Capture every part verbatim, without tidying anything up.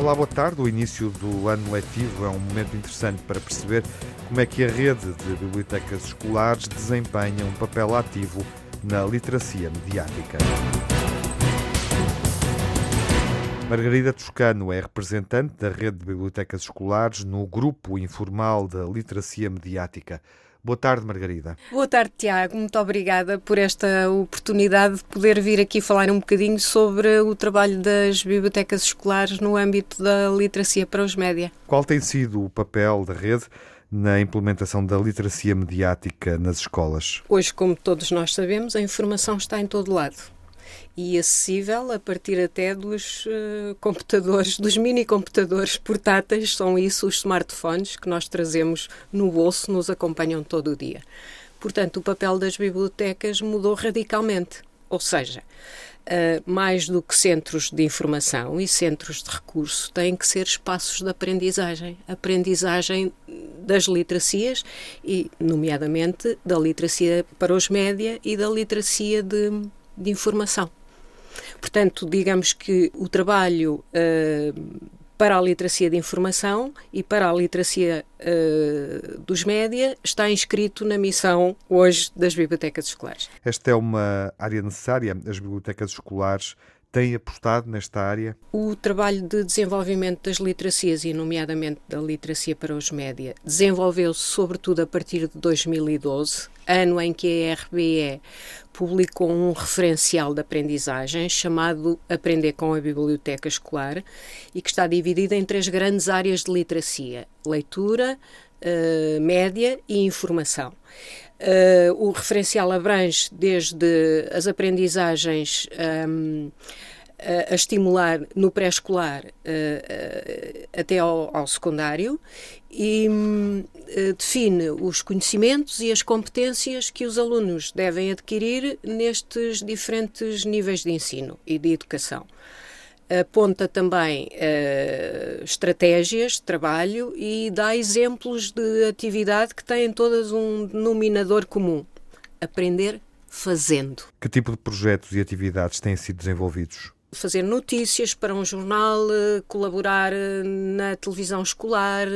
Olá, boa tarde. O início do ano letivo é um momento interessante para perceber como é que a rede de bibliotecas escolares desempenha um papel ativo na literacia mediática. Margarida Toscano é representante da rede de bibliotecas escolares no Grupo Informal da Literacia Mediática. Boa tarde, Margarida. Boa tarde, Tiago. Muito obrigada por esta oportunidade de poder vir aqui falar um bocadinho sobre o trabalho das bibliotecas escolares no âmbito da literacia para os média. Qual tem sido o papel da rede na implementação da literacia mediática nas escolas? Hoje, como todos nós sabemos, a informação está em todo lado e acessível a partir até dos uh, computadores, dos mini-computadores portáteis. São isso os smartphones que nós trazemos no bolso, nos acompanham todo o dia. Portanto, o papel das bibliotecas mudou radicalmente, ou seja, uh, mais do que centros de informação e centros de recurso, têm que ser espaços de aprendizagem, aprendizagem das literacias e, nomeadamente, da literacia para os média e da literacia de, de informação. Portanto, digamos que o trabalho uh, para a literacia de informação e para a literacia uh, dos média está inscrito na missão hoje das bibliotecas escolares. Esta é uma área necessária? As bibliotecas escolares têm apostado nesta área? O trabalho de desenvolvimento das literacias, e nomeadamente da literacia para os média, desenvolveu-se sobretudo a partir de dois mil e doze, ano em que a R B E publicou um referencial de aprendizagem chamado Aprender com a Biblioteca Escolar e que está dividido em três grandes áreas de literacia: leitura, uh, média e informação. Uh, o referencial abrange desde as aprendizagens um, a, a estimular no pré-escolar uh, uh, até ao, ao secundário e uh, define os conhecimentos e as competências que os alunos devem adquirir nestes diferentes níveis de ensino e de educação. Aponta também uh, estratégias de trabalho e dá exemplos de atividade que têm todas um denominador comum: aprender fazendo. Que tipo de projetos e atividades têm sido desenvolvidos? Fazer notícias para um jornal, colaborar na televisão escolar,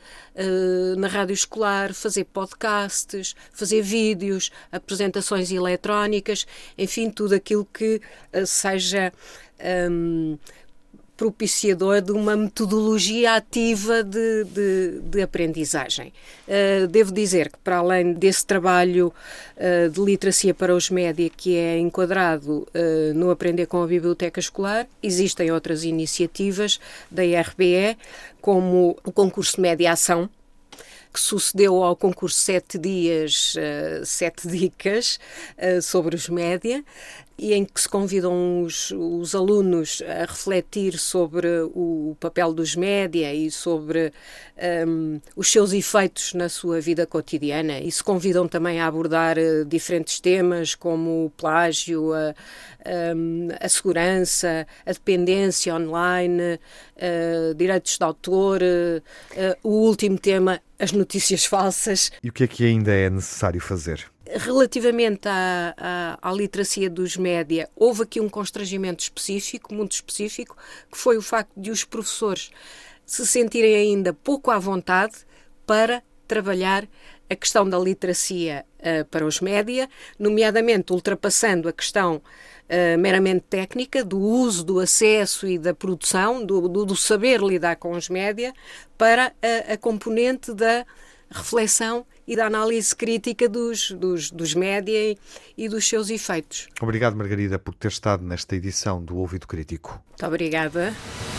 na rádio escolar, fazer podcasts, fazer vídeos, apresentações eletrónicas, enfim, tudo aquilo que seja um, propiciador de uma metodologia ativa de, de, de aprendizagem. Uh, devo dizer que, para além desse trabalho uh, de literacia para os média que é enquadrado uh, no Aprender com a Biblioteca Escolar, existem outras iniciativas da R B E, como o concurso Média Ação, que sucedeu ao concurso Sete Dias, uh, Sete Dicas uh, sobre os média, e em que se convidam os, os alunos a refletir sobre o papel dos média e sobre um, os seus efeitos na sua vida cotidiana, e se convidam também a abordar uh, diferentes temas como o plágio, a, um, a segurança, a dependência online, uh, direitos de autor, uh, uh, o último tema, as notícias falsas. E o que é que ainda é necessário fazer? Relativamente à, à, à literacia dos média, houve aqui um constrangimento específico, muito específico, que foi o facto de os professores se sentirem ainda pouco à vontade para trabalhar a questão da literacia uh, para os média, nomeadamente ultrapassando a questão uh, meramente técnica, do uso, do acesso e da produção, do, do, do saber lidar com os média, para a, a componente da reflexão e da análise crítica dos, dos, dos média e, e dos seus efeitos. Obrigado, Margarida, por ter estado nesta edição do Ouvido Crítico. Muito obrigada.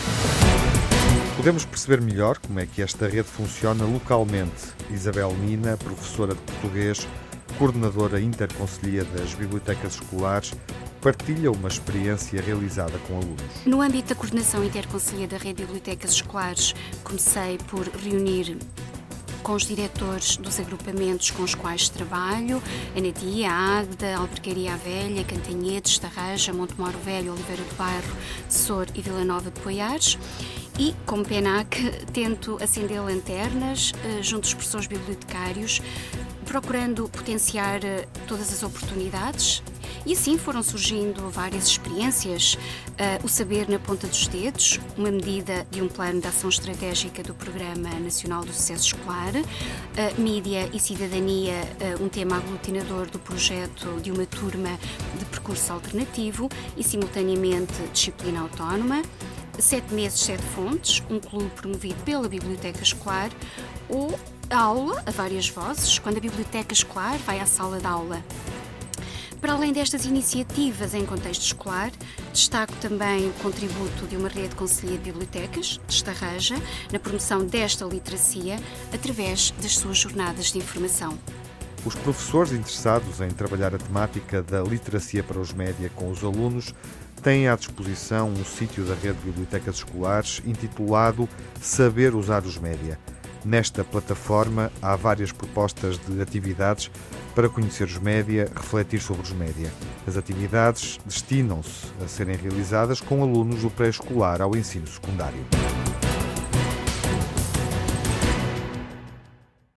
Podemos perceber melhor como é que esta rede funciona localmente. Isabel Nina, professora de português, coordenadora interconcelhia das bibliotecas escolares, partilha uma experiência realizada com alunos. No âmbito da coordenação interconcelhia da rede de bibliotecas escolares, comecei por reunir com os diretores dos agrupamentos com os quais trabalho, a Nadia, a Águeda, a Albergaria a Velha, Cantanhedes, Tarraja, Montemoro Velho, Oliveira do Bairro, Sor e Vila Nova de Poiares. E, como P N A C, tento acender lanternas uh, junto dos professores bibliotecários, procurando potenciar uh, todas as oportunidades E assim foram surgindo várias experiências. Uh, o Saber na Ponta dos Dedos, uma medida de um plano de ação estratégica do Programa Nacional do Sucesso Escolar. Uh, Mídia e Cidadania, uh, um tema aglutinador do projeto de uma turma de percurso alternativo e, simultaneamente, disciplina autónoma. Sete meses, sete fontes, um clube promovido pela Biblioteca Escolar, ou a aula a várias vozes, quando a Biblioteca Escolar vai à sala de aula. Para além destas iniciativas em contexto escolar, destaco também o contributo de uma rede de conselhia de bibliotecas, de Estarreja, na promoção desta literacia através das suas jornadas de informação. Os professores interessados em trabalhar a temática da literacia para os média com os alunos têm à disposição um sítio da rede de bibliotecas escolares intitulado Saber Usar os Média. Nesta plataforma há várias propostas de atividades para conhecer os média, refletir sobre os média. As atividades destinam-se a serem realizadas com alunos do pré-escolar ao ensino secundário.